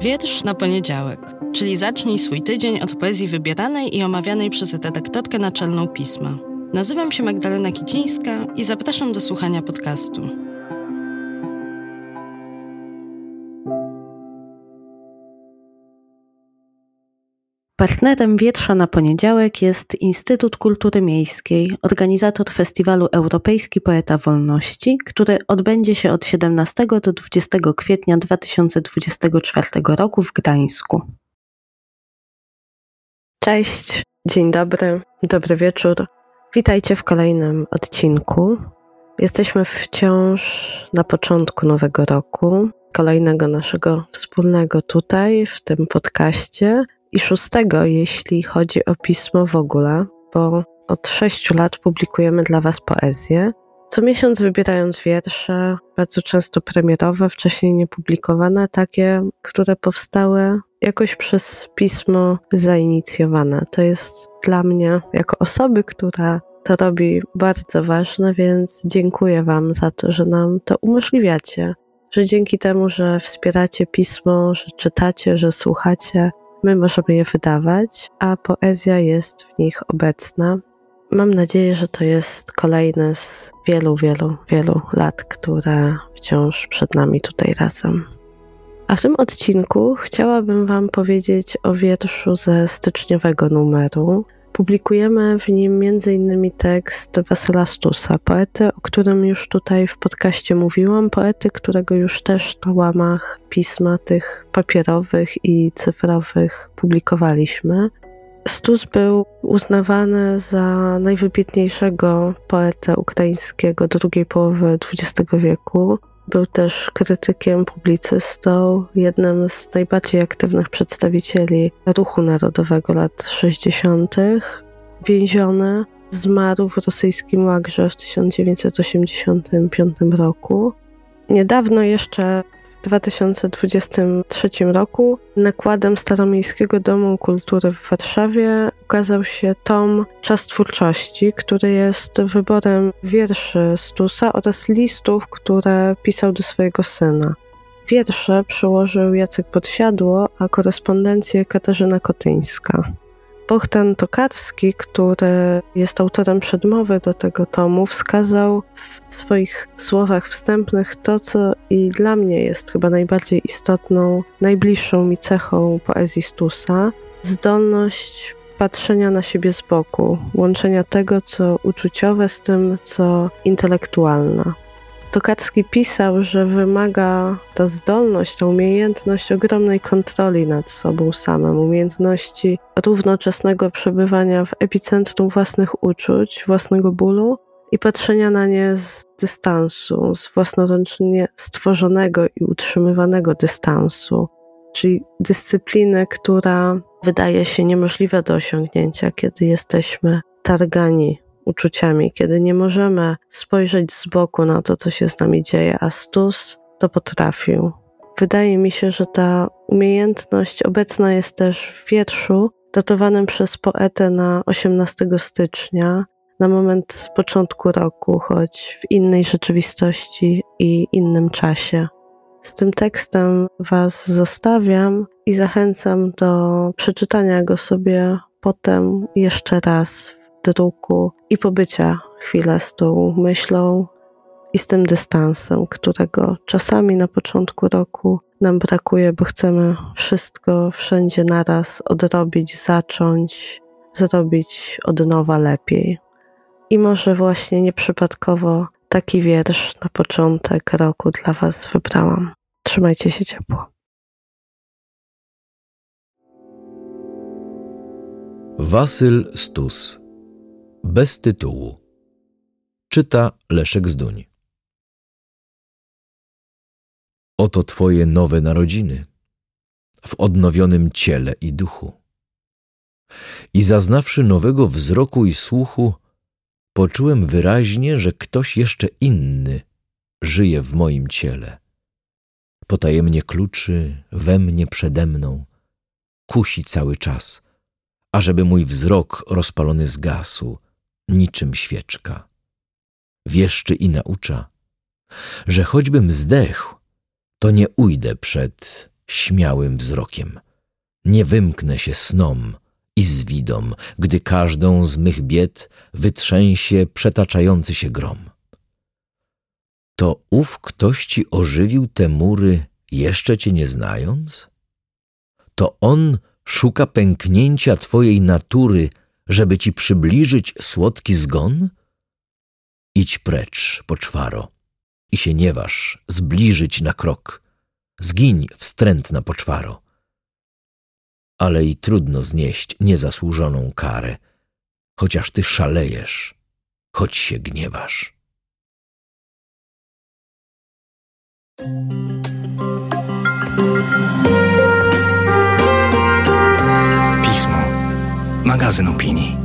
Wiersz na poniedziałek, czyli zacznij swój tydzień od poezji wybieranej i omawianej przez redaktorkę naczelną pisma. Nazywam się Magdalena Kicińska i zapraszam do słuchania podcastu. Partnerem Wiersza na poniedziałek jest Instytut Kultury Miejskiej, organizator festiwalu Europejski Poeta Wolności, który odbędzie się od 17 do 20 kwietnia 2024 roku w Gdańsku. Cześć, dzień dobry, dobry wieczór. Witajcie w kolejnym odcinku. Jesteśmy wciąż na początku nowego roku, kolejnego naszego wspólnego tutaj, w tym podcaście. I 6, jeśli chodzi o pismo w ogóle, bo od 6 lat publikujemy dla Was poezję. Co miesiąc wybierając wiersze, bardzo często premierowe, wcześniej niepublikowane, takie, które powstały jakoś przez pismo zainicjowane. To jest dla mnie, jako osoby, która to robi, bardzo ważne, więc dziękuję Wam za to, że nam to umożliwiacie, że dzięki temu, że wspieracie pismo, że czytacie, że słuchacie, my możemy je wydawać, a poezja jest w nich obecna. Mam nadzieję, że to jest kolejny z wielu lat, które wciąż przed nami tutaj razem. A w tym odcinku chciałabym Wam powiedzieć o wierszu ze styczniowego numeru. Publikujemy w nim m.in. tekst Wasyla Stusa, poety, o którym już tutaj w podcaście mówiłam, poety, którego już też na łamach pisma tych papierowych i cyfrowych publikowaliśmy. Stus był uznawany za najwybitniejszego poetę ukraińskiego drugiej połowy XX wieku. Był też krytykiem, publicystą, jednym z najbardziej aktywnych przedstawicieli ruchu narodowego lat 60. Więziony, zmarł w rosyjskim łagrze w 1985 roku. Niedawno jeszcze w 2023 roku nakładem Staromiejskiego Domu Kultury w Warszawie ukazał się tom Czas twórczości, który jest wyborem wierszy Stusa oraz listów, które pisał do swojego syna. Wiersze przełożył Jacek Podsiadło, a korespondencję Katarzyna Kotyńska. Bohdan Tokarski, który jest autorem przedmowy do tego tomu, wskazał w swoich słowach wstępnych to, co i dla mnie jest chyba najbardziej istotną, najbliższą mi cechą poezji Stusa, zdolność patrzenia na siebie z boku, łączenia tego, co uczuciowe z tym, co intelektualne. Tokarski pisał, że wymaga ta zdolność, ta umiejętność ogromnej kontroli nad sobą samym, umiejętności równoczesnego przebywania w epicentrum własnych uczuć, własnego bólu i patrzenia na nie z dystansu, z własnoręcznie stworzonego i utrzymywanego dystansu, czyli dyscypliny, która wydaje się niemożliwa do osiągnięcia, kiedy jesteśmy targani uczuciami, kiedy nie możemy spojrzeć z boku na to, co się z nami dzieje, a Stus to potrafił. Wydaje mi się, że ta umiejętność obecna jest też w wierszu datowanym przez poetę na 18 stycznia, na moment początku roku, choć w innej rzeczywistości i innym czasie. Z tym tekstem Was zostawiam i zachęcam do przeczytania go sobie potem jeszcze raz w druku i pobycia chwilę z tą myślą i z tym dystansem, którego czasami na początku roku nam brakuje, bo chcemy wszystko wszędzie naraz odrobić, zacząć, zrobić od nowa lepiej. I może właśnie nieprzypadkowo taki wiersz na początek roku dla Was wybrałam. Trzymajcie się ciepło. Wasyl Stus. Bez tytułu. Czyta Leszek Zduń. Oto Twoje nowe narodziny w odnowionym ciele i duchu. I zaznawszy nowego wzroku i słuchu, poczułem wyraźnie, że ktoś jeszcze inny żyje w moim ciele. Potajemnie kluczy we mnie przede mną, kusi cały czas, ażeby mój wzrok rozpalony zgasł, niczym świeczka. Wieszczy i naucza, że choćbym zdechł, to nie ujdę przed śmiałym wzrokiem. Nie wymknę się snom i zwidom, gdy każdą z mych bied wytrzęsie przetaczający się grom. To ów ktoś ci ożywił te mury, jeszcze cię nie znając? To on szuka pęknięcia twojej natury, żeby ci przybliżyć słodki zgon? Idź precz, poczwaro, i się nie waż zbliżyć na krok. Zgiń, wstrętna poczwaro. Ale i trudno znieść niezasłużoną karę, chociaż ty szalejesz, choć się gniewasz. Pismo. Magazyn opinii.